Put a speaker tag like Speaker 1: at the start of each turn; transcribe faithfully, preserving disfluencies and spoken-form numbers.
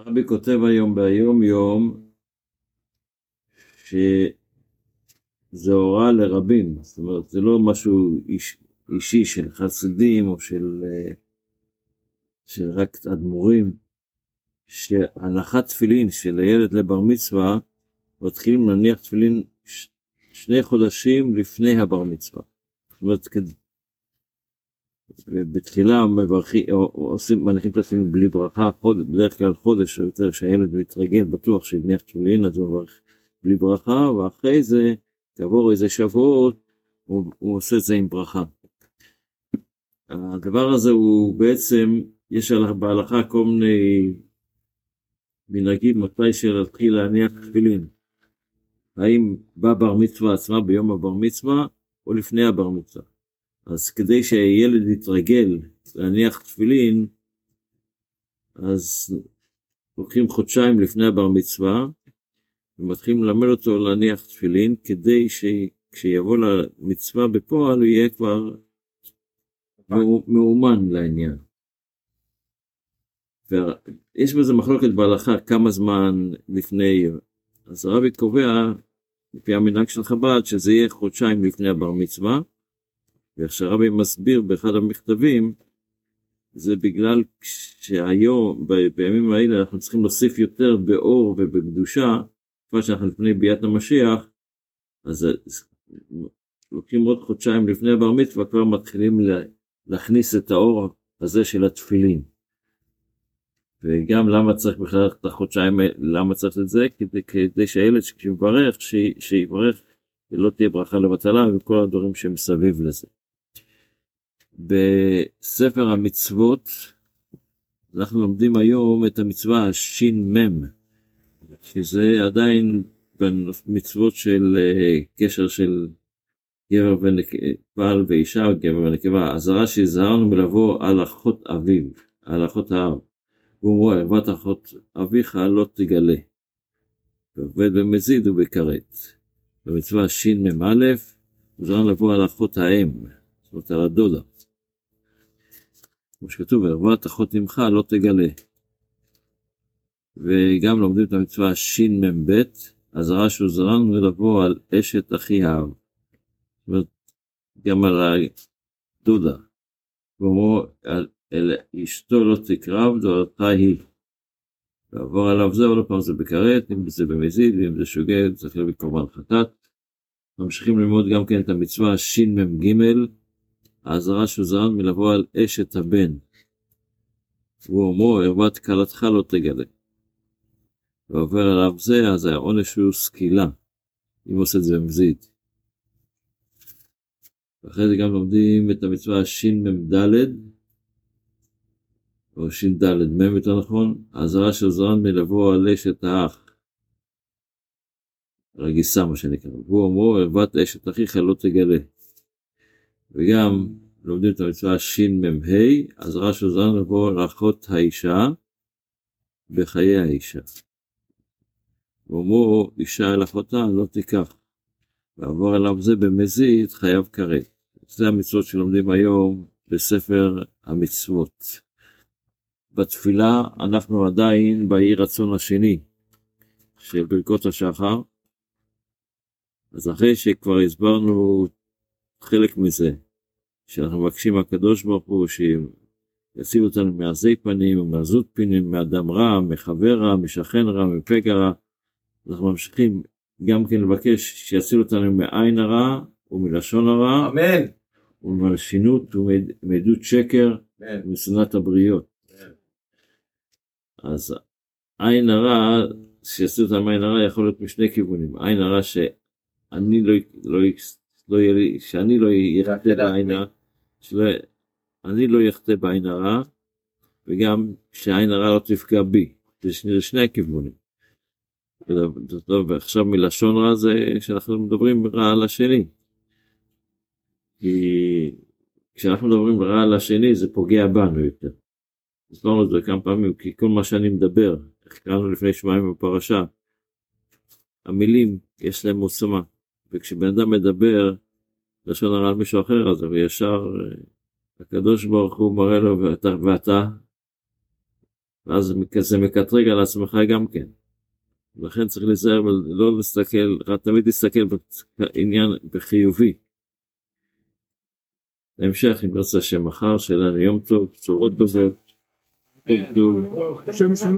Speaker 1: הרבי כותב היום ביום יום שזה הוראה לרבים, זאת אומרת זה לא משהו איש, אישי של חסידים או של, של רק אדמו"רים, שהנחת תפילין של הילד לבר מצווה מתחילים להניח תפילין ש... שני חודשים לפני הבר מצווה. זאת אומרת, בתחילה מברכים, או, או עושים, מניחים תפילין בלי ברכה, חוד, בדרך כלל חודש או יותר שהילד מתרגל, בטוח שיניח תפילין, אז הוא מברך בלי ברכה, ואחרי זה, כעבור איזה שבועות, הוא, הוא עושה את זה עם ברכה. הדבר הזה הוא בעצם, יש בהלכה כל מיני מנהגים מתי שלהתחיל להניח תפילין. האם בבר מצווה עצמה ביום הבר מצווה, או לפני הבר מצווה. אז כדי שהילד יתרגל להניח תפילין, אז לוקחים חודשיים לפני הבר מצווה, ומתחילים ללמד אותו להניח תפילין, כדי שכשיבוא למצווה בפועל, הוא יהיה כבר מאומן לעניין. ויש בזה מחלוקת בהלכה כמה זמן לפני, אז הרבי קובע, לפי המנהג של חב"ד, שזה יהיה חודשיים לפני הבר מצווה, והרבי מסביר באחד המכתבים, זה בגלל שהיום, בימים האלה, אנחנו צריכים להוסיף יותר באור ובקדושה, כבר שאנחנו לפני ביאת המשיח, אז לוקחים עוד חודשיים לפני הבר מצווה, כבר מתחילים להכניס את האור הזה של התפילין. וגם למה צריך בכלל את החודשיים, למה צריך את זה? כדי, כדי שהילד שיברך, שיברך, ולא תהיה ברכה לבטלה, וכל הדברים שמסביב לזה. בספר המצוות, אנחנו לומדים היום את המצווה השין-מם, שזה עדיין במצוות של קשר של גבר ובעל ואישה, גבר ונקבה, הזרה שהזהרנו מלבוא על אחות אביו, על אחות האב. הוא אומר, ערוות אחות אביך לא תגלה, ועובד במזיד ובכרת. במצווה שין מ"א, זרן לבוא על אחות האם, זאת אומרת על הדודה. כמו שכתוב, ערוות אחות אמך לא תגלה. וגם לומדים את המצווה שין מ"ב, הזרה שהוא זרן לבוא על אשת אחי האב. זאת אומרת, גם על הדודה. ואומרו, על אל אשתו לא תקרב, דורתך היא. ועבור עליו זה, עוד פעם זה בכרת, אם זה במזיד, ואם זה שוגג, צריך להביא קורבן חטאת. ממשיכים ללמוד גם כן את המצווה שין מ"ג, העזרה שהוא זרן מלבוא על אשת הבן. הוא אומר, ערוות כלתך לא תגלה. ועובר עליו זה, אז העונש הוא סקילה, אם עושה את זה במזיד. ואחרי זה גם לומדים את המצווה שין מ"ד, או שין ד' מ' יותר נכון, העזרה של זרן מלבוא על אשת האח, רגיסה מה שנקרא, והוא אומר, ערוות אשת אחיך לא תגלה. וגם לומדים את המצווה שין מ"ה, העזרה של זרן לבוא לאחות האישה, בחיי האישה. והוא אומר, אישה אל אחותה לא תיקח, ועבור עליו זה במזיד חייב כרת. זה המצוות שלומדים היום בספר המצוות. בתפילה אנחנו עדיין באי רצון השני של ברכות השחר, אז אחרי שכבר הסברנו חלק מזה, שאנחנו מבקשים הקדוש ברוך הוא שיציל אותנו מעזי פנים ומעזות פנים, מאדם רע, מחבר רע, משכן רע, מפגע רע, אנחנו ממשיכים גם כן לבקש שיציל אותנו מעין הרע ומלשון הרע,
Speaker 2: אמן,
Speaker 1: ומלשינות ומעדות שקר,
Speaker 2: אמן,
Speaker 1: ומשנאת הבריות. אז עין הרע, שיעשו אותם עין הרע, יכול להיות משני כיוונים. עין הרע שאני לא, לא, לא יהיה לי, שאני לא יחטא בעין הרע, שאני לא יחטא בעין הרע, וגם שעין הרע לא תפגע בי. זה שני, שני הכיוונים. ועכשיו מלשון רע זה שאנחנו מדברים רע על השני. כי כשאנחנו מדברים רע על השני, זה פוגע בנו יותר. הסברנו את זה כמה פעמים, כי כל מה שאני מדבר, איך קראנו לפני שבועיים בפרשה, המילים יש להם מוסמה, וכשבן אדם מדבר לשון הרע על מישהו אחר, אז הוא ישר, הקדוש ברוך הוא מראה לו, ואתה, ואתה ואז זה מקטרג על עצמך גם כן. לכן צריך להיזהר ולא להסתכל, רק תמיד להסתכל בעניין בחיובי. להמשך, אם נרצה שמחר, שיהיה לנו יום טוב, צורות טובות.